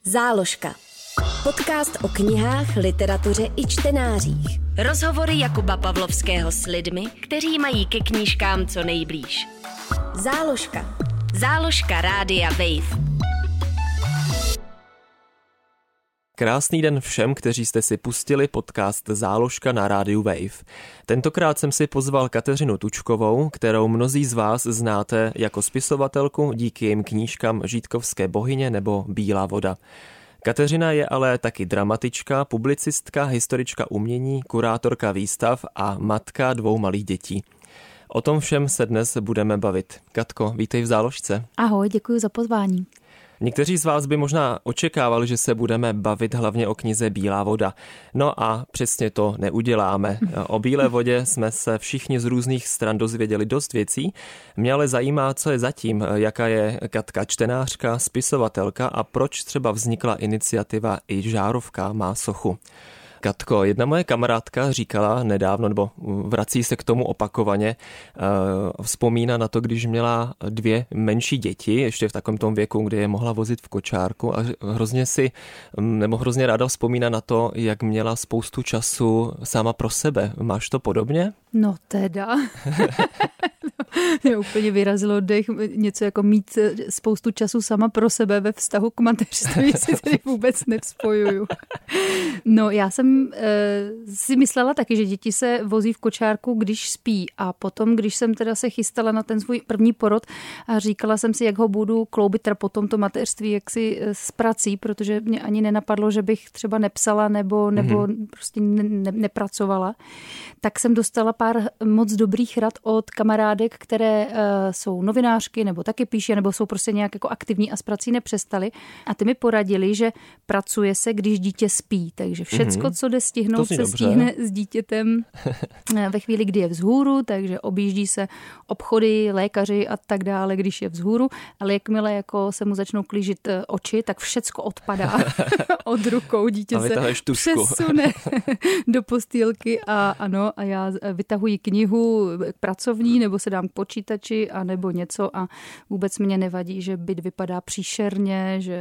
Záložka. Podcast o knihách, literatuře i čtenářích. Rozhovory Jakuba Pavlovského s lidmi, kteří mají ke knížkám co nejblíž. Záložka. Záložka Rádia Wave. Krásný den všem, kteří jste si pustili podcast Záložka na rádiu Wave. Tentokrát jsem si pozval Kateřinu Tučkovou, kterou mnozí z vás znáte jako spisovatelku díky jejím knížkám Žítkovské bohyně nebo Bílá voda. Kateřina je ale taky dramatička, publicistka, historička umění, kurátorka výstav a matka 2 malých dětí. O tom všem se dnes budeme bavit. Katko, vítej v Záložce. Ahoj, děkuji za pozvání. Někteří z vás by možná očekávali, že se budeme bavit hlavně o knize Bílá voda. No a přesně to neuděláme. O Bílé vodě jsme se všichni z různých stran dozvěděli dost věcí. Mě ale zajímá, co je zatím, jaká je Katka čtenářka, spisovatelka a proč třeba vznikla iniciativa I žárovka má sochu. Katko, jedna moje kamarádka říkala nedávno, nebo vrací se k tomu opakovaně, vzpomíná na to, když měla 2 menší děti, ještě v takovém tom věku, kdy je mohla vozit v kočárku a hrozně ráda vzpomíná na to, jak měla spoustu času sama pro sebe. Máš to podobně? No teda. Mě úplně vyrazilo dech, něco jako mít spoustu času sama pro sebe ve vztahu k mateřství si tedy vůbec nevzpojuju. No já jsem si myslela taky, že děti se vozí v kočárku, když spí a potom, když jsem teda se chystala na ten svůj první porod a říkala jsem si, jak ho budu kloubit po tomto mateřství, jak si s prací, protože mě ani nenapadlo, že bych třeba nepsala nebo prostě nepracovala, tak jsem dostala pár moc dobrých rad od kamarádek, které jsou novinářky nebo taky píší, nebo jsou prostě nějak jako aktivní a s prací nepřestali. A ty mi poradili, že pracuje se, když dítě spí. Takže všecko, co jde stihnout, se stihne s dítětem ve chvíli, kdy je vzhůru, takže objíždí se obchody, lékaři a tak dále, když je vzhůru. Ale jakmile jako se mu začnou klížit oči, tak všecko odpadá od rukou. Dítě se přesune do postýlky a já vytahuji knihu pracovní, nebo se dám k počítači, a nebo něco a vůbec mě nevadí, že byt vypadá příšerně, že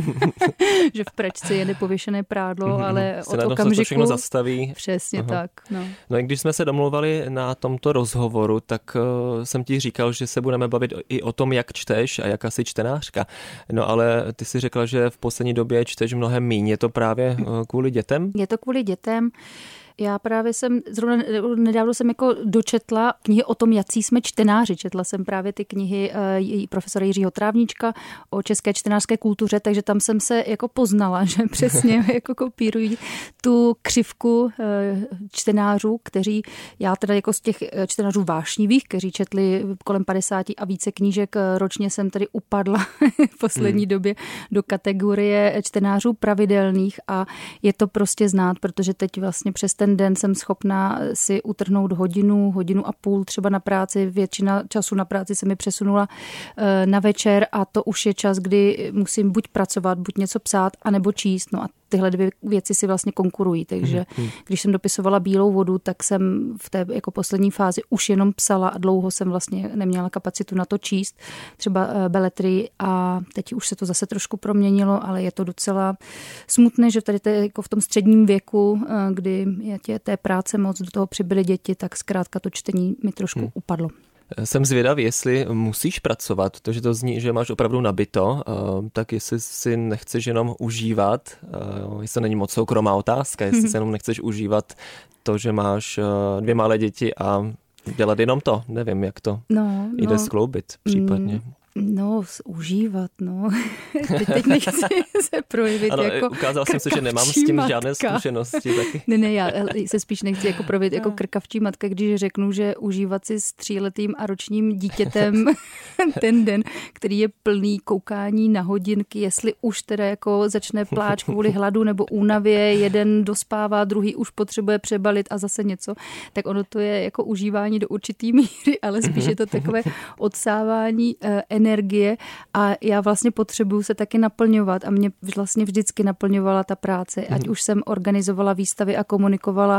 v pračce je nepověšené prádlo, ale se od okamžiku... Se všechno zastaví. Přesně tak. No i když jsme se domluvali na tomto rozhovoru, tak jsem ti říkal, že se budeme bavit i o tom, jak čteš a jaká jsi čtenářka. No ale ty si řekla, že v poslední době čteš mnohem míň. Je to právě kvůli dětem? Je to kvůli dětem. Já právě zrovna nedávno jsem jako dočetla knihy o tom, jací jsme čtenáři. Četla jsem právě ty knihy profesora Jiřího Trávníčka o české čtenářské kultuře, takže tam jsem se jako poznala, že přesně jako kopírují tu křivku čtenářů, kteří, já teda jako z těch čtenářů vášnivých, kteří četli kolem 50 a více knížek ročně, jsem tedy upadla v poslední době do kategorie čtenářů pravidelných a je to prostě znát, protože teď vlastně přes ten den jsem schopná si utrhnout hodinu a půl třeba na práci. Většina času na práci se mi přesunula na večer a to už je čas, kdy musím buď pracovat, buď něco psát, anebo číst. No a tyhle 2 věci si vlastně konkurují. Takže když jsem dopisovala Bílou vodu, tak jsem v té jako poslední fázi už jenom psala a dlouho jsem vlastně neměla kapacitu na to číst. Třeba beletrii a teď už se to zase trošku proměnilo, ale je to docela smutné, že tady jako v tom středním věku, kdy je té práce moc, do toho přibyly děti, tak zkrátka to čtení mi trošku upadlo. Jsem zvědavý, jestli musíš pracovat, protože to zní, že máš opravdu nabito, tak jestli si nechceš jenom užívat, jestli to není moc soukromá otázka, jestli si jenom nechceš užívat to, že máš 2 malé děti a dělat jenom to, nevím, jak to jde skloubit případně. No, užívat, no. Teď nechci se projevit ano, jako ukázal jsem se, že nemám s tím žádné zkušenosti taky. Ne, já se spíš nechci jako projevit jako krkavčí matka, když řeknu, že užívat si s 3letým a ročním dítětem ten den, který je plný koukání na hodinky, jestli už teda jako začne pláč kvůli hladu nebo únavě, jeden dospává, druhý už potřebuje přebalit a zase něco, tak ono to je jako užívání do určitý míry, ale spíš je to takové odsávání energie energie a já vlastně potřebuju se taky naplňovat a mě vlastně vždycky naplňovala ta práce, ať už jsem organizovala výstavy a komunikovala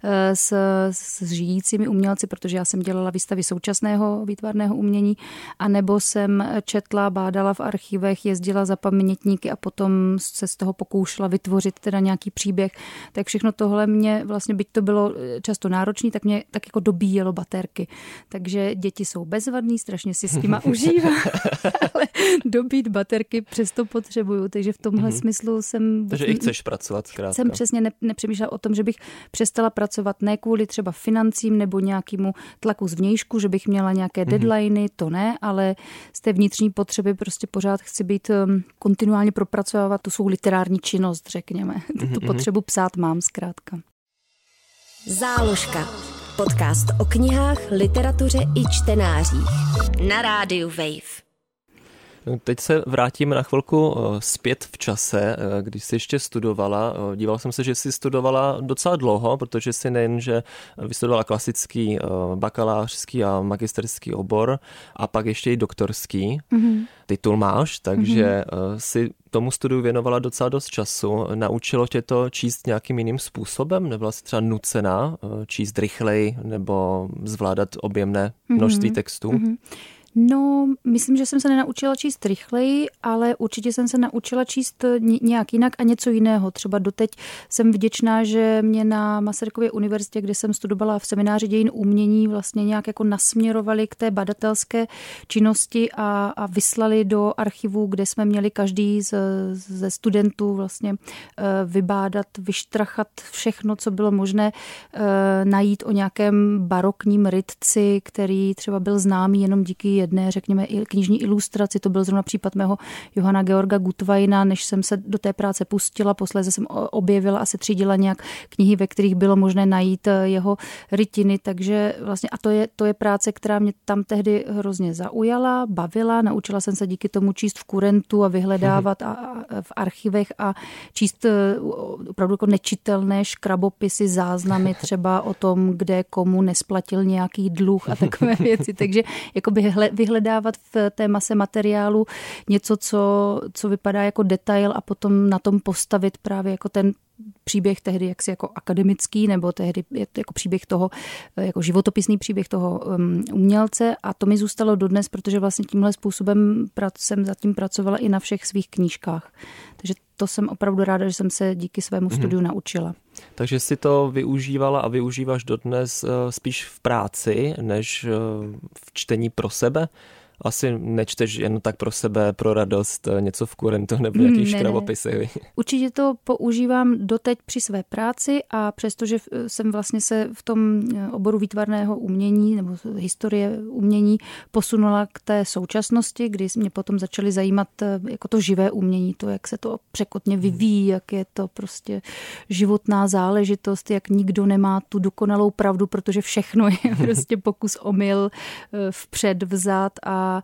s žijícími umělci, protože já jsem dělala výstavy současného výtvarného umění, anebo jsem četla, bádala v archivech, jezdila za pamětníky a potom se z toho pokoušela vytvořit teda nějaký příběh. Tak všechno tohle mě vlastně, byť to bylo často náročné, tak mě tak jako dobíjelo baterky. Takže děti jsou bezvadný, strašně si s těma užívám, ale dobít baterky přesto potřebuju. Takže v tomhle smyslu jsem... Takže i chceš pracovat zkrátka. Jsem přesně nepřemýšlela o tom, že bych přestala pracovat ne kvůli třeba financím nebo nějakému tlaku zvnějšku, že bych měla nějaké deadliny, to ne, ale z té vnitřní potřeby prostě pořád chci být kontinuálně propracovávat tu svou literární činnost, řekněme. Tu potřebu psát mám zkrátka. Záložka. Podcast o knihách, literatuře i čtenářích. Na rádiu Wave. Teď se vrátíme na chvilku zpět v čase, když jsi ještě studovala. Díval jsem se, že jsi studovala docela dlouho, protože jsi nejenže vystudovala klasický bakalářský a magisterský obor a pak ještě i doktorský titul máš, takže si tomu studiu věnovala docela dost času. Naučilo tě to číst nějakým jiným způsobem? Nebyla jsi třeba nucená číst rychleji nebo zvládat objemné množství textů? No, myslím, že jsem se nenaučila číst rychleji, ale určitě jsem se naučila číst nějak jinak a něco jiného. Třeba doteď jsem vděčná, že mě na Masarykově univerzitě, kde jsem studovala v semináři dějin umění, vlastně nějak jako nasměrovali k té badatelské činnosti a vyslali do archivu, kde jsme měli každý ze studentů vlastně vybádat, vyštrachat všechno, co bylo možné najít o nějakém barokním rytci, který třeba byl známý jenom díky jedné, řekněme, knižní ilustraci. To byl zrovna případ mého Johanna Georga Gutweina, než jsem se do té práce pustila. Posléze jsem objevila a setřídila nějak knihy, ve kterých bylo možné najít jeho rytiny. Takže vlastně, a to je práce, která mě tam tehdy hrozně zaujala, bavila. Naučila jsem se díky tomu číst v kurentu a vyhledávat v archivech a číst opravdu jako nečitelné škrabopisy, záznamy třeba o tom, kde komu nesplatil nějaký dluh a takové věci. Takže jakoby vyhledávat v té mase materiálu něco, co vypadá jako detail a potom na tom postavit právě jako ten příběh tehdy jaksi jako akademický, nebo tehdy jako příběh toho, jako životopisný příběh toho umělce a to mi zůstalo dodnes, protože vlastně tímhle způsobem jsem zatím pracovala i na všech svých knížkách. Takže to jsem opravdu ráda, že jsem se díky svému studiu naučila. Takže si to využívala a využíváš dodnes spíš v práci, než v čtení pro sebe? Asi nečteš jen tak pro sebe, pro radost, něco v kurentu nebo nějaký škrabopisy. Určitě to používám doteď při své práci a přestože jsem vlastně se v tom oboru výtvarného umění nebo historie umění posunula k té současnosti, kdy mě potom začaly zajímat jako to živé umění, to, jak se to překotně vyvíjí, jak je to prostě životná záležitost, jak nikdo nemá tu dokonalou pravdu, protože všechno je prostě pokus omyl, vpřed, vzad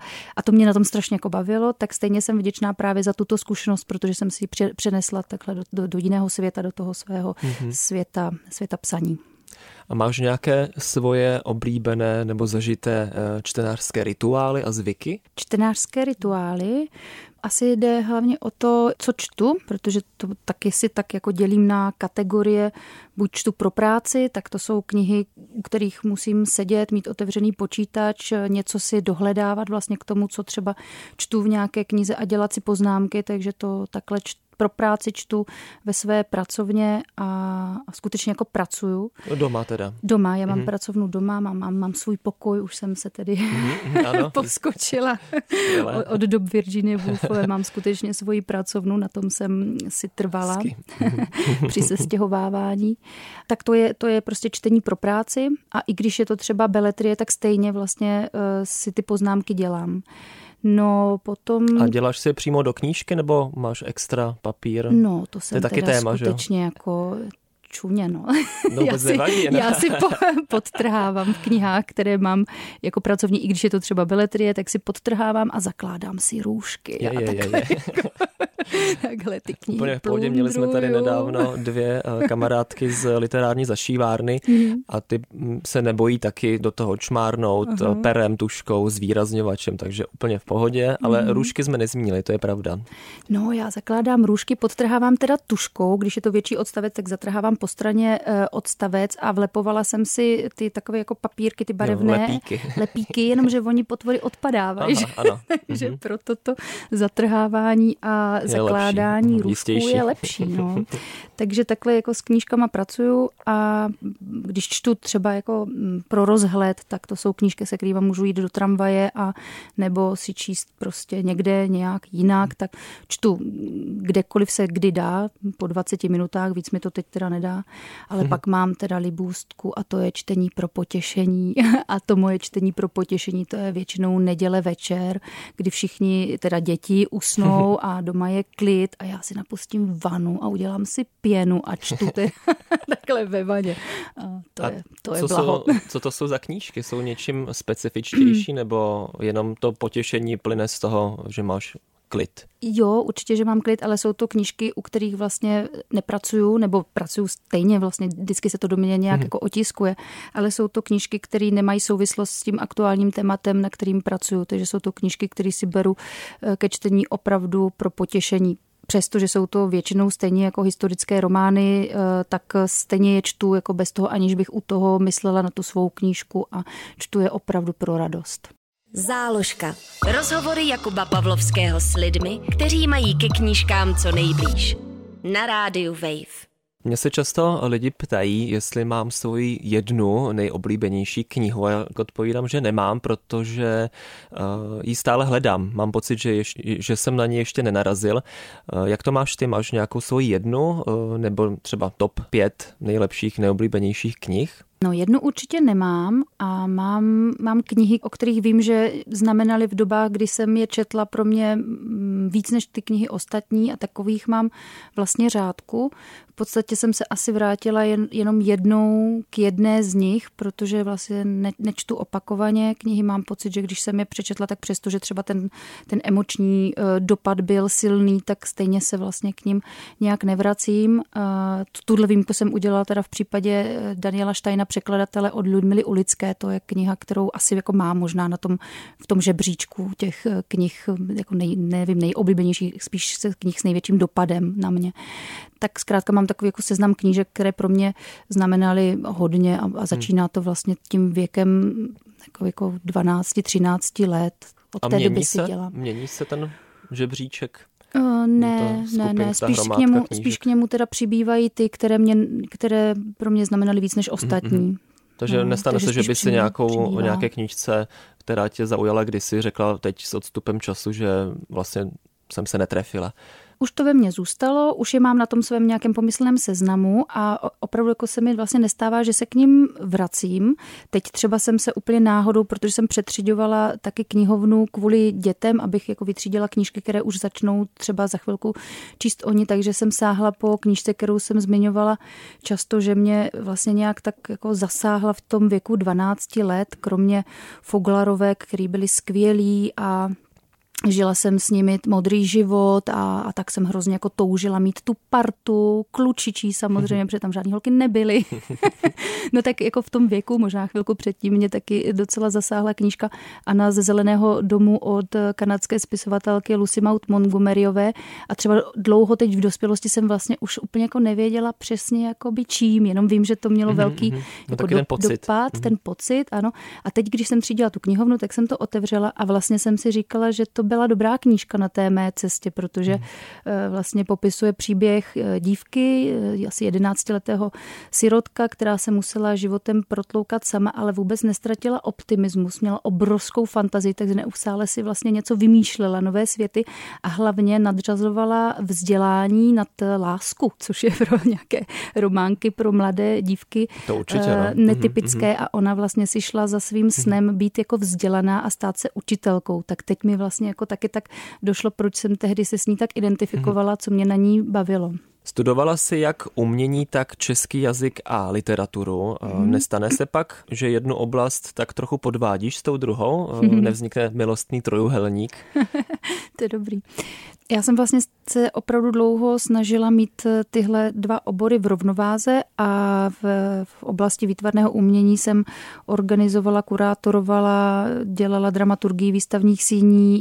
a to mě na tom strašně jako bavilo, tak stejně jsem vděčná právě za tuto zkušenost, protože jsem si ji přenesla takhle do jiného světa, do toho svého světa psaní. A máš nějaké svoje oblíbené nebo zažité čtenářské rituály a zvyky? Čtenářské rituály? Asi jde hlavně o to, co čtu, protože to taky si tak jako dělím na kategorie. Buď čtu pro práci, tak to jsou knihy, u kterých musím sedět, mít otevřený počítač, něco si dohledávat vlastně k tomu, co třeba čtu v nějaké knize a dělat si poznámky, takže to takhle pro práci čtu ve své pracovně a skutečně jako pracuju. Doma teda? Doma, já mám pracovnu doma, mám svůj pokoj, už jsem se tedy poskočila od dob Virginie Woolfové, mám skutečně svoji pracovnu, na tom jsem si trvala při sestěhovávání. Tak to je prostě čtení pro práci a i když je to třeba beletrie, tak stejně vlastně si ty poznámky dělám. No, potom... A děláš si je přímo do knížky, nebo máš extra papír? No, to jsem to je teda téma, skutečně jako čuně, no. Nevadí, já si podtrhávám v knihách, které mám jako pracovní, i když je to třeba beletrie, tak si podtrhávám a zakládám si růžky. Takhle ty knihy úplně v pohodě. Měli jsme tady nedávno 2 kamarádky z literární zašívárny a ty se nebojí taky do toho čmárnout perem, tuškou, zvýrazňovačem, takže úplně v pohodě, ale růžky jsme nezmínili, to je pravda. No, já zakládám růžky, podtrhávám teda tuškou, když je to větší odstavec, tak zatrhávám po straně odstavec a vlepovala jsem si ty takové jako papírky, ty barevné lepíky, jenomže oni potvory odpadávají. Ano. Takže proto to zatrhávání a zakládání růžků je lepší. No. Takže takhle jako s knížkama pracuju a když čtu třeba jako pro rozhled, tak to jsou knížky, se kterými můžu jít do tramvaje a nebo si číst prostě někde nějak jinak, tak čtu kdekoliv se kdy dá, po 20 minutách, víc mi to teď teda nedá, ale pak mám teda libůstku a to je čtení pro potěšení a to moje čtení pro potěšení, to je většinou neděle večer, kdy všichni teda děti usnou a doma je klid a já si napustím vanu a udělám si pěnu a čtu takhle ve vaně. To je blaho. Co to jsou za knížky? Jsou něčím specifičtější nebo jenom to potěšení plyne z toho, že máš klid? Jo, určitě, že mám klid, ale jsou to knížky, u kterých vlastně nepracuju, nebo pracuju stejně, vlastně vždycky se to do mě nějak jako otiskuje, ale jsou to knížky, které nemají souvislost s tím aktuálním tématem, na kterým pracuju, takže jsou to knížky, které si beru ke čtení opravdu pro potěšení. Přestože jsou to většinou stejně jako historické romány, tak stejně je čtu jako bez toho, aniž bych u toho myslela na tu svou knížku a čtu je opravdu pro radost. Záložka. Rozhovory Jakuba Pavlovského s lidmi, kteří mají ke knížkám co nejblíž. Na rádiu Wave. Mně se často lidi ptají, jestli mám svoji jednu nejoblíbenější knihu a já odpovídám, že nemám, protože ji stále hledám. Mám pocit, že jsem na ní ještě nenarazil. Jak to máš ty? Máš nějakou svoji jednu nebo třeba top 5 nejlepších, nejoblíbenějších knih? No, jednu určitě nemám a mám knihy, o kterých vím, že znamenaly v dobách, kdy jsem je četla pro mě víc než ty knihy ostatní a takových mám vlastně řádku. V podstatě jsem se asi vrátila jenom jednou k jedné z nich, protože vlastně nečtu opakovaně knihy. Mám pocit, že když jsem je přečetla, tak přesto, že třeba ten emoční dopad byl silný, tak stejně se vlastně k ním nějak nevracím. Tuhle výjimku jsem udělala teda v případě Daniela Steina, překladatele od Ludmily Ulické. To je kniha, kterou asi jako mám možná v tom žebříčku těch knih, jako nejoblíbenějších, spíš knih s největším dopadem na mě. Tak zkrátka mám takový jako seznam knížek, které pro mě znamenaly hodně a začíná to vlastně tím věkem jako 12-13 let. Od té doby si dělám. Mění se ten žebříček? Ne. Spíš k němu teda přibývají ty, které pro mě znamenaly víc než ostatní. Takže nestane se, že by si o nějaké knížce, která tě zaujala kdysi, řekla teď s odstupem času, že vlastně jsem se netrefila. Už to ve mně zůstalo, už je mám na tom svém nějakém pomyslném seznamu a opravdu jako se mi vlastně nestává, že se k ním vracím. Teď třeba jsem se úplně náhodou, protože jsem přetřiďovala taky knihovnu kvůli dětem, abych jako vytřídila knížky, které už začnou třeba za chvilku číst oni, takže jsem sáhla po knížce, kterou jsem zmiňovala často, že mě vlastně nějak tak jako zasáhla v tom věku 12 let, kromě Foglarovek, který byli skvělí a žila jsem s nimi Modrý život a tak jsem hrozně jako toužila mít tu partu, klučičí samozřejmě, protože tam žádný holky nebyly. No tak jako v tom věku, možná chvilku předtím, mě taky docela zasáhla knížka Anna ze Zeleného domu od kanadské spisovatelky Lucy Maud Montgomeryové a třeba dlouho teď v dospělosti jsem vlastně už úplně jako nevěděla přesně jakoby čím, jenom vím, že to mělo velký jako dopad, ten pocit, ano. A teď, když jsem třídila tu knihovnu, tak jsem to otevřela a vlastně jsem si říkala, že to byla dobrá knížka na té mé cestě, protože vlastně popisuje příběh dívky, asi 11letého sirotka, která se musela životem protloukat sama, ale vůbec nestratila optimismus, měla obrovskou fantazii, takže neustále si vlastně něco vymýšlela, nové světy a hlavně nadřazovala vzdělání nad lásku, což je pro nějaké románky pro mladé dívky to určitě, netypické a ona vlastně si šla za svým snem být jako vzdělaná a stát se učitelkou. Tak teď mi vlastně jako taky tak došlo, proč jsem tehdy se s ní tak identifikovala, co mě na ní bavilo. Studovala jsi jak umění, tak český jazyk a literaturu. Nestane se pak, že jednu oblast tak trochu podvádíš s tou druhou? Nevznikne milostný trojúhelník? To je dobrý. Já jsem vlastně se opravdu dlouho snažila mít tyhle dva obory v rovnováze a v oblasti výtvarného umění jsem organizovala, kurátorovala, dělala dramaturgii výstavních síní,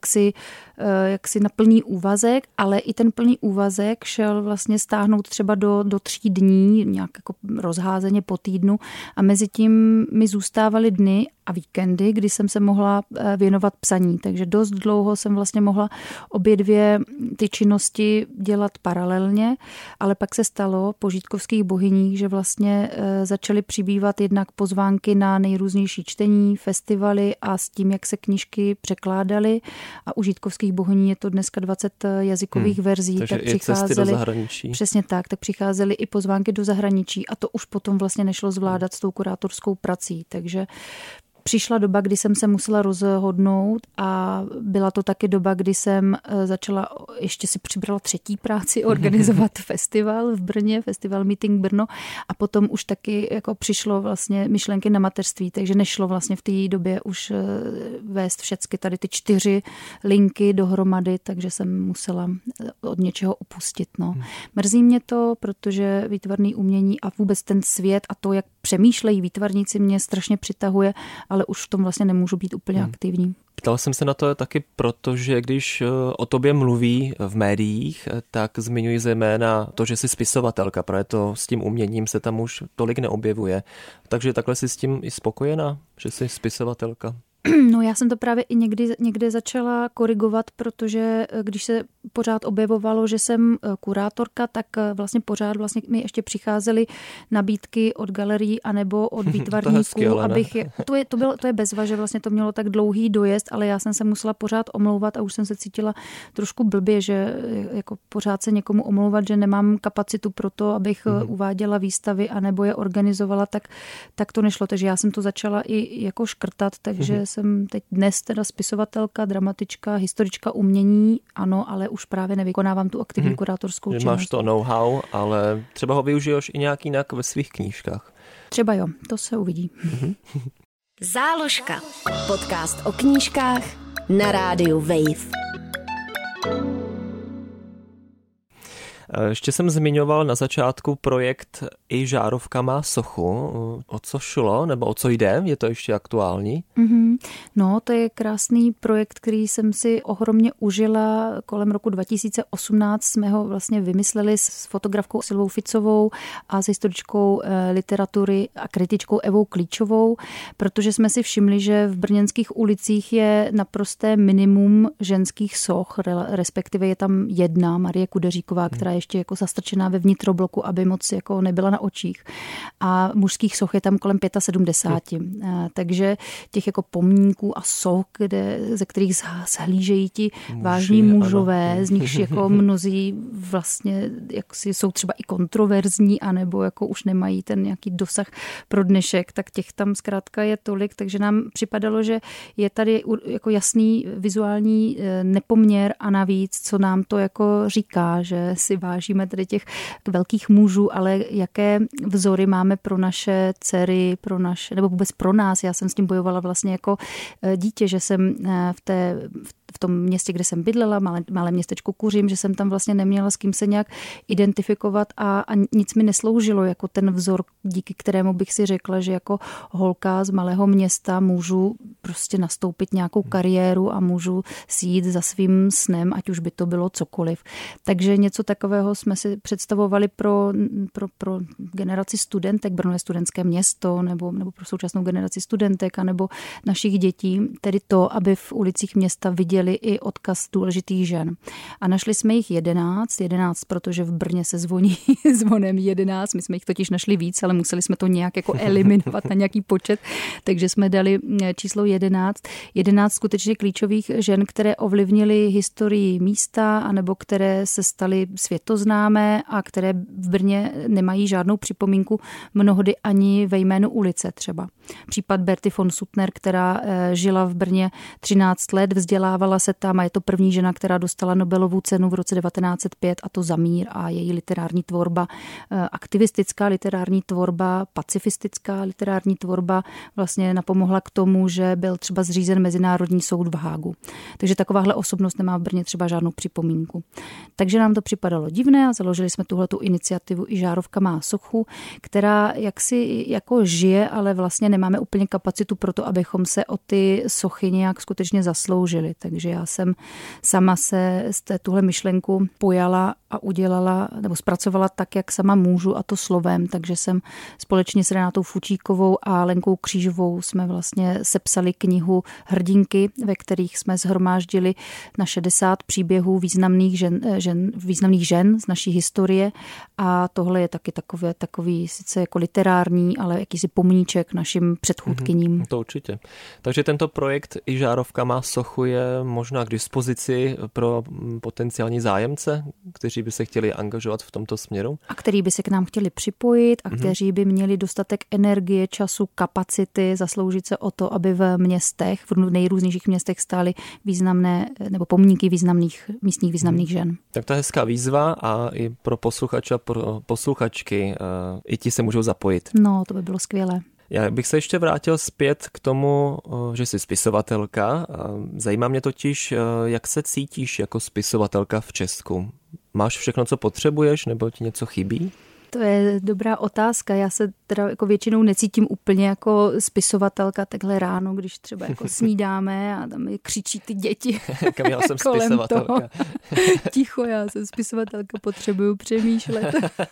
jaksi na plný úvazek, ale i ten plný úvazek šel vlastně stáhnout třeba do 3 dní, nějak jako rozházeně po týdnu a mezi tím mi zůstávaly dny a víkendy, kdy jsem se mohla věnovat psaní. Takže dost dlouho jsem vlastně mohla obě dvě ty činnosti dělat paralelně, ale pak se stalo po Žítkovských bohyních, že vlastně začaly přibývat jednak pozvánky na nejrůznější čtení, festivaly a s tím, jak se knížky překládaly. A u Žítkovských bohyní je to dneska 20 jazykových verzí. Takže tak i cesty do zahraničí. Přesně tak přicházely i pozvánky do zahraničí a to už potom vlastně nešlo zvládat s tou kurátorskou prací. Takže přišla doba, kdy jsem se musela rozhodnout a byla to taky doba, kdy jsem začala, ještě si přibrala 3. práci, organizovat festival v Brně, Festival Meeting Brno a potom už taky jako přišlo vlastně myšlenky na mateřství, takže nešlo vlastně v té době už vést všechny tady ty 4 linky dohromady, takže jsem musela od něčeho upustit. No. Mrzí mě to, protože výtvarné umění a vůbec ten svět a to, jak přemýšlejí výtvarníci, mě strašně přitahuje, ale už v tom vlastně nemůžu být úplně aktivní. Ptal jsem se na to taky proto, že když o tobě mluví v médiích, tak zmiňuji zejména to, že jsi spisovatelka, protože to s tím uměním se tam už tolik neobjevuje. Takže takhle jsi s tím i spokojená, že jsi spisovatelka? No já jsem to právě i někdy začala korigovat, protože když se pořád objevovalo, že jsem kurátorka, tak vlastně pořád vlastně mi ještě přicházely nabídky od galerií anebo od výtvarníků, to je bezva, že vlastně to mělo tak dlouhý dojezd, ale já jsem se musela pořád omlouvat a už jsem se cítila trošku blbě, že jako pořád se někomu omlouvat, že nemám kapacitu pro to, abych uváděla výstavy anebo je organizovala, tak to nešlo. Takže já jsem to začala i jako škrtat, takže jsem teď dnes teda spisovatelka, dramatička, historička umění, ano, ale už právě nevykonávám tu aktivní kurátorskou činnost. Máš to know-how, ale třeba ho využiješ i nějak jinak ve svých knížkách. Třeba jo, to se uvidí. Záložka. Podcast o knížkách na rádiu Wave. Ještě jsem zmiňoval na začátku projekt I žárovka má sochu. O co šlo, nebo o co jde? Je to ještě aktuální? No, to je krásný projekt, který jsem si ohromně užila. Kolem roku 2018 jsme ho vlastně vymysleli s fotografkou Silvou Ficovou a s historičkou literatury a kritičkou Evou Klíčovou, protože jsme si všimli, že v brněnských ulicích je naprosté minimum ženských soch, respektive je tam jedna, Marie Kudeříková, která je ještě jako zastrčená ve vnitrobloku, aby moc jako nebyla na očích. A mužských soch je tam kolem 75. Takže těch jako pomníků a soch, ze kterých zhlížejí ti vážní mužové, z nichž jako mnozí vlastně jaksi jsou třeba i kontroverzní, anebo jako už nemají ten nějaký dosah pro dnešek, tak těch tam zkrátka je tolik, takže nám připadalo, že je tady jako jasný vizuální nepoměr a navíc, co nám to jako říká, že si vážíme tady těch velkých mužů, ale jaké vzory máme pro naše dcery, nebo vůbec pro nás. Já jsem s tím bojovala vlastně jako dítě, že jsem v tom městě, kde jsem bydlela, malé městečko Kuřím, že jsem tam vlastně neměla s kým se nějak identifikovat a nic mi nesloužilo jako ten vzor, díky kterému bych si řekla, že jako holka z malého města můžu prostě nastoupit nějakou kariéru a můžu si jít za svým snem, ať už by to bylo cokoliv. Takže něco takového jsme si představovali pro generaci studentek, Brno je studentské město, nebo pro současnou generaci studentek, anebo našich dětí, tedy to, aby v ulicích města viděli i odkaz důležitých žen. A našli jsme jich 11, protože v Brně se zvoní zvonem 11, my jsme jich totiž našli víc, ale museli jsme to nějak jako eliminovat na nějaký počet, takže jsme dali číslo 11. 11 skutečně klíčových žen, které ovlivnily historii místa, anebo které se staly světoznámé a které v Brně nemají žádnou připomínku mnohdy ani ve jménu ulice třeba. Případ Berty von Suttner, která žila v Brně 13 let, vzdělávala Dostala se tam a je to první žena, která dostala Nobelovu cenu v roce 1905, a to za mír, a její literární tvorba, aktivistická literární tvorba, pacifistická literární tvorba vlastně napomohla k tomu, že byl třeba zřízen Mezinárodní soud v Hágu. Takže takováhle osobnost nemá v Brně třeba žádnou připomínku. Takže nám to připadalo divné a založili jsme tuhletu iniciativu I Žárovka má sochu, která jaksi jako žije, ale vlastně nemáme úplně kapacitu pro to, abychom se o ty sochy nějak skutečně zasloužili. Takže já jsem sama se z tuhle myšlenku pojala a udělala nebo zpracovala tak, jak sama můžu, a to slovem. Takže jsem společně s Renátou Fučíkovou a Lenkou Křížovou jsme vlastně sepsali knihu Hrdinky, ve kterých jsme shromáždili na 60 příběhů významných žen z naší historie, a tohle je taky takový sice jako literární, ale jakýsi pomníček našim předchůdkyním. To určitě. Takže tento projekt I Žárovka má sochu je možná k dispozici pro potenciální zájemce, kteří by se chtěli angažovat v tomto směru? A který by se k nám chtěli připojit a kteří by měli dostatek energie, času, kapacity, zasloužit se o to, aby v městech, v nejrůznějších městech stály významné nebo pomníky místních významných žen. Tak to je hezká výzva a i pro posluchače a pro posluchačky i ti se můžou zapojit. No, to by bylo skvělé. Já bych se ještě vrátil zpět k tomu, že jsi spisovatelka. Zajímá mě totiž, jak se cítíš jako spisovatelka v Česku. Máš všechno, co potřebuješ, nebo ti něco chybí? To je dobrá otázka. Já se teda jako většinou necítím úplně jako spisovatelka takhle ráno, když třeba jako snídáme a tam křičí ty děti. Já jsem spisovatelka. Ticho, já jsem spisovatelka, potřebuju přemýšlet.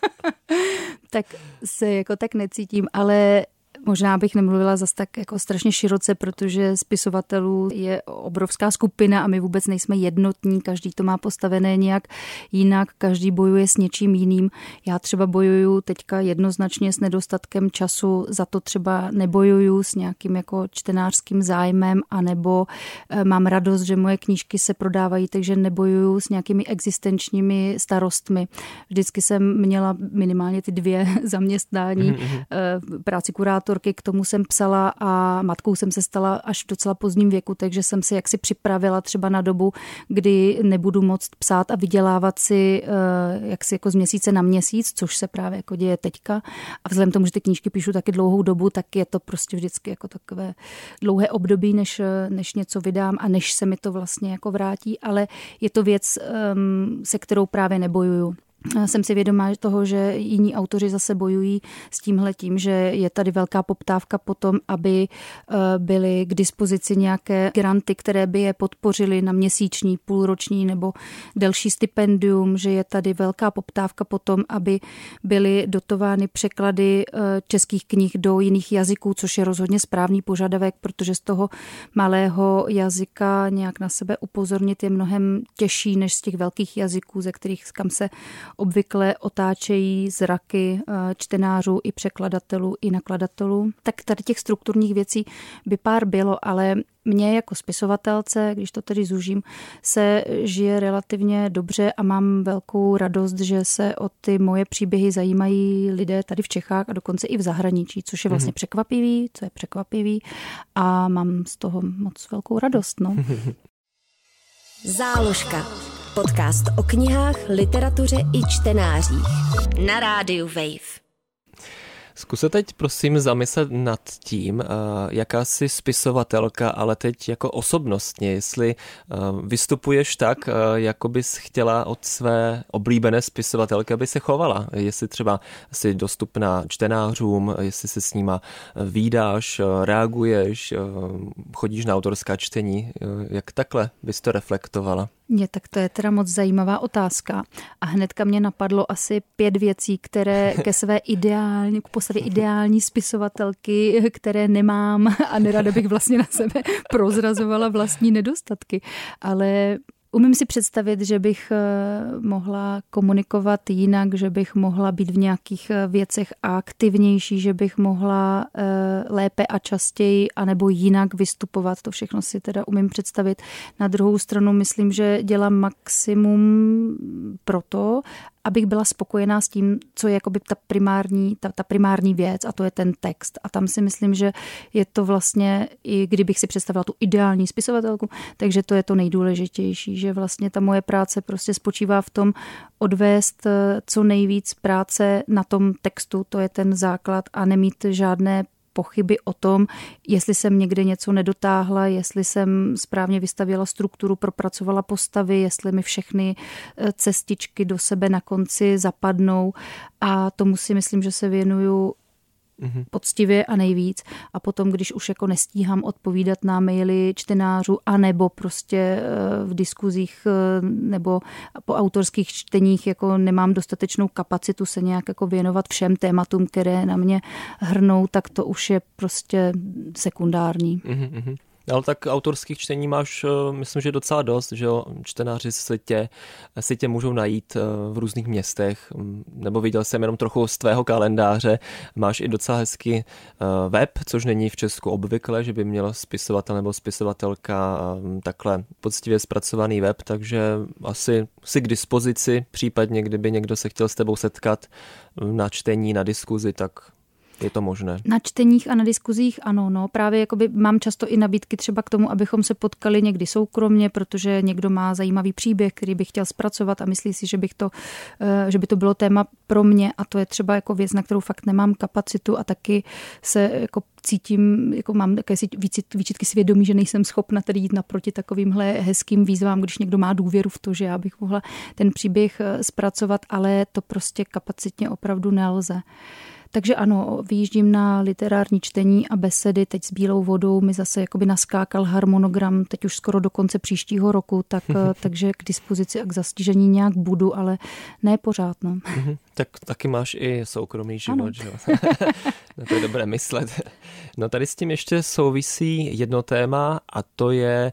Tak se jako tak necítím, ale možná bych nemluvila zas tak jako strašně široce, protože spisovatelů je obrovská skupina a my vůbec nejsme jednotní, každý to má postavené nějak jinak, každý bojuje s něčím jiným. Já třeba bojuju teďka jednoznačně s nedostatkem času, za to třeba nebojuju s nějakým jako čtenářským zájmem, anebo mám radost, že moje knížky se prodávají, takže nebojuju s nějakými existenčními starostmi. Vždycky jsem měla minimálně ty 2 zaměstnání, práci kurátorky, k tomu jsem psala a matkou jsem se stala až v docela pozdním věku, takže jsem si jaksi připravila třeba na dobu, kdy nebudu moct psát a vydělávat si jaksi jako z měsíce na měsíc, což se právě jako děje teďka. A vzhledem tomu, že ty knížky píšu taky dlouhou dobu, tak je to prostě vždycky jako takové dlouhé období, než něco vydám a než se mi to vlastně jako vrátí, ale je to věc, se kterou právě nebojuju. Jsem si vědomá toho, že jiní autoři zase bojují s tímhletím, že je tady velká poptávka po tom, aby byly k dispozici nějaké granty, které by je podpořily na měsíční, půlroční nebo delší stipendium, že je tady velká poptávka po tom, aby byly dotovány překlady českých knih do jiných jazyků, což je rozhodně správný požadavek, protože z toho malého jazyka nějak na sebe upozornit je mnohem těžší než z těch velkých jazyků, ze kterých kam se obvykle otáčejí zraky čtenářů i překladatelů i nakladatelů. Tak tady těch strukturních věcí by pár bylo, ale mně jako spisovatelce, když to tedy zúžím, se žije relativně dobře a mám velkou radost, že se o ty moje příběhy zajímají lidé tady v Čechách a dokonce i v zahraničí, což je vlastně překvapivý a mám z toho moc velkou radost. No. Záložka. Podcast o knihách, literatuře i čtenářích. Na rádiu Wave. Zkus se teď prosím zamyslet nad tím, jaká jsi spisovatelka, ale teď jako osobnostně, jestli vystupuješ tak, jako bys chtěla od své oblíbené spisovatelky, aby se chovala. Jestli třeba jsi dostupná čtenářům, jestli se s nima vídáš, reaguješ, chodíš na autorská čtení, jak takhle bys to reflektovala? Tak to je teda moc zajímavá otázka. A hnedka mě napadlo asi 5 věcí, které ke své k postavě ideální spisovatelky, které nemám a nerada bych vlastně na sebe prozrazovala vlastní nedostatky. Ale umím si představit, že bych mohla komunikovat jinak, že bych mohla být v nějakých věcech aktivnější, že bych mohla lépe a častěji anebo jinak vystupovat. To všechno si teda umím představit. Na druhou stranu myslím, že dělám maximum pro to, abych byla spokojená s tím, co je jakoby ta primární věc, a to je ten text. A tam si myslím, že je to vlastně, i kdybych si představila tu ideální spisovatelku, takže to je to nejdůležitější, že vlastně ta moje práce prostě spočívá v tom odvést co nejvíc práce na tom textu, to je ten základ, a nemít žádné pochyby o tom, jestli jsem někde něco nedotáhla, jestli jsem správně vystavěla strukturu, propracovala postavy, jestli mi všechny cestičky do sebe na konci zapadnou, a tomu si myslím, že se věnuju poctivě a nejvíc. A potom, když už jako nestíhám odpovídat na maily čtenářů, anebo prostě v diskuzích nebo po autorských čteních jako nemám dostatečnou kapacitu se nějak jako věnovat všem tématům, které na mě hrnou, tak to už je prostě sekundární. Ale tak autorských čtení máš, myslím, že docela dost, že jo, čtenáři si tě můžou najít v různých městech, nebo viděl jsem jenom trochu z tvého kalendáře, máš i docela hezký web, což není v Česku obvykle, že by měl spisovatel nebo spisovatelka takhle poctivě zpracovaný web, takže asi si k dispozici, případně kdyby někdo se chtěl s tebou setkat na čtení, na diskuzi, tak je to možné. Na čteních a na diskuzích ano, no. Právě jakoby mám často i nabídky třeba k tomu, abychom se potkali někdy soukromně, protože někdo má zajímavý příběh, který bych chtěl zpracovat a myslí si, že by to bylo téma pro mě, a to je třeba jako věc, na kterou fakt nemám kapacitu, a taky se jako cítím, jako mám také výčitky svědomí, že nejsem schopna tedy jít naproti takovýmhle hezkým výzvám, když někdo má důvěru v to, že já bych mohla ten příběh zpracovat, ale to prostě kapacitně opravdu nelze. Takže ano, vyjíždím na literární čtení a besedy. Teď s Bílou vodou mi zase jakoby naskákal harmonogram, teď už skoro do konce příštího roku, takže k dispozici a k zastižení nějak budu, ale ne pořád. No. Tak taky máš i soukromý život, že jo? No, to je dobré myslet. No tady s tím ještě souvisí jedno téma, a to je,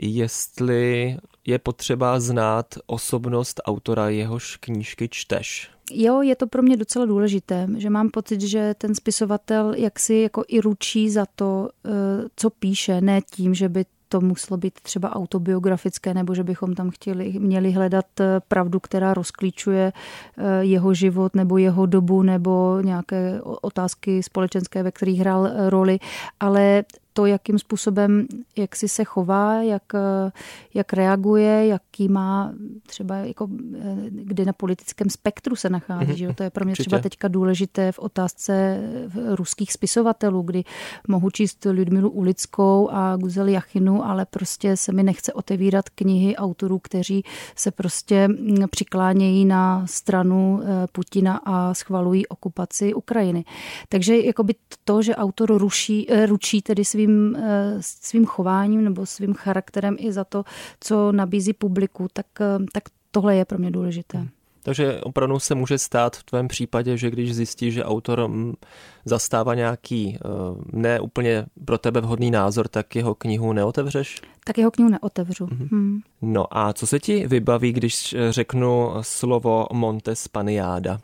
jestli je potřeba znát osobnost autora, jehož knížky čteš. Jo, je to pro mě docela důležité, že mám pocit, že ten spisovatel jaksi jako i ručí za to, co píše, ne tím, že by to muselo být třeba autobiografické, nebo že bychom tam měli hledat pravdu, která rozklíčuje jeho život nebo jeho dobu nebo nějaké otázky společenské, ve kterých hrál roli, ale to, jakým způsobem, jak si se chová, jak reaguje, jaký má třeba, jako, kde na politickém spektru se nachází. Že? To je pro mě třeba teďka důležité v otázce ruských spisovatelů, kdy mohu číst Ludmilu Ulickou a Guzel Jachinu, ale prostě se mi nechce otevírat knihy autorů, kteří se prostě přiklánějí na stranu Putina a schvalují okupaci Ukrajiny. Takže jakoby to, že autor ručí tedy svým chováním nebo svým charakterem i za to, co nabízí publiku, tak tohle je pro mě důležité. Takže opravdu se může stát v tvém případě, že když zjistíš, že autor zastává nějaký ne úplně pro tebe vhodný názor, tak jeho knihu neotevřeš? Tak jeho knihu neotevřu. No a co se ti vybaví, když řeknu slovo Montespaniáda?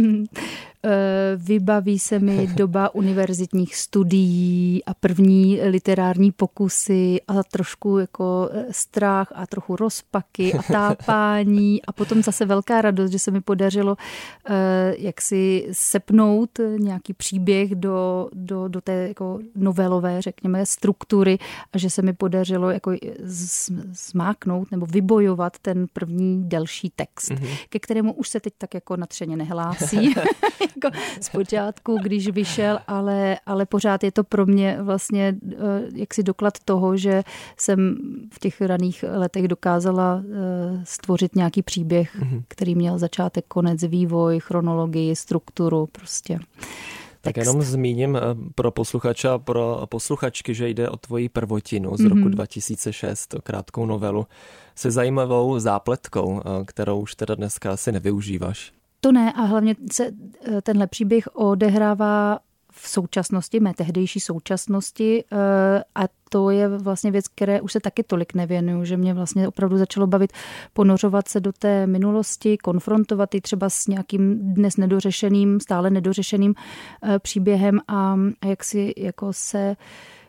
Vybaví se mi doba univerzitních studií a první literární pokusy a trošku jako strach a trochu rozpaky a tápání a potom zase velká radost, že se mi podařilo jaksi sepnout nějaký příběh do té jako novelové, řekněme, struktury a že se mi podařilo jako zmáknout nebo vybojovat ten první delší text, ke kterému už se teď tak jako nadšeně nehlásí. Jako zpočátku, když vyšel, ale pořád je to pro mě vlastně jaksi doklad toho, že jsem v těch raných letech dokázala stvořit nějaký příběh, který měl začátek, konec, vývoj, chronologii, strukturu prostě. Tak jenom zmíním pro posluchače a pro posluchačky, že jde o tvoji prvotinu z roku 2006, krátkou novelu se zajímavou zápletkou, kterou už teda dneska asi nevyužíváš. To ne, a hlavně se tenhle příběh odehrává v současnosti, mé tehdejší současnosti, a to je vlastně věc, které už se taky tolik nevěnuju, že mě vlastně opravdu začalo bavit ponořovat se do té minulosti, konfrontovat ji třeba s nějakým dnes nedořešeným, stále nedořešeným příběhem a jak si jako se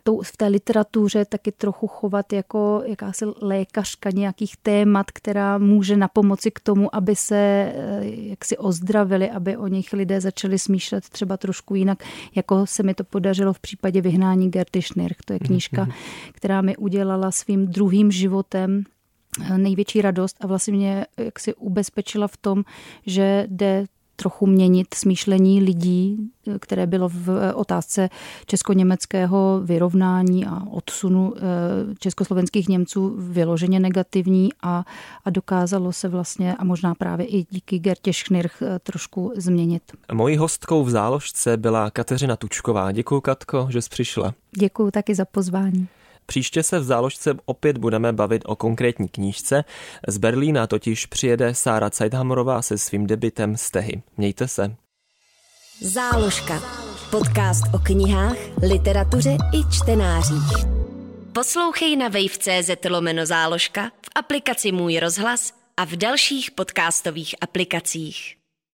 v té literatuře taky trochu chovat jako jakási lékařka nějakých témat, která může napomoci k tomu, aby se jaksi ozdravili, aby o nich lidé začali smýšlet třeba trošku jinak, jako se mi to podařilo v případě Vyhnání Gerty Schnirch. To je knížka, která mi udělala svým druhým životem největší radost a vlastně mě jaksi ubezpečila v tom, že jde trochu měnit smýšlení lidí, které bylo v otázce česko-německého vyrovnání a odsunu československých Němců vyloženě negativní a dokázalo se vlastně a možná právě i díky Gertě Schnirch trošku změnit. Mojí hostkou v Záložce byla Kateřina Tučková. Děkuju, Katko, že jsi přišla. Děkuju taky za pozvání. Příště se v Záložce opět budeme bavit o konkrétní knížce. Z Berlína totiž přijede Sára Zeithamerová se svým debutem Stehy. Mějte se. Záložka. Podcast o knihách, literatuře i čtenářích. Poslouchej na wave.cz/záložka, v aplikaci Můj rozhlas a v dalších podcastových aplikacích.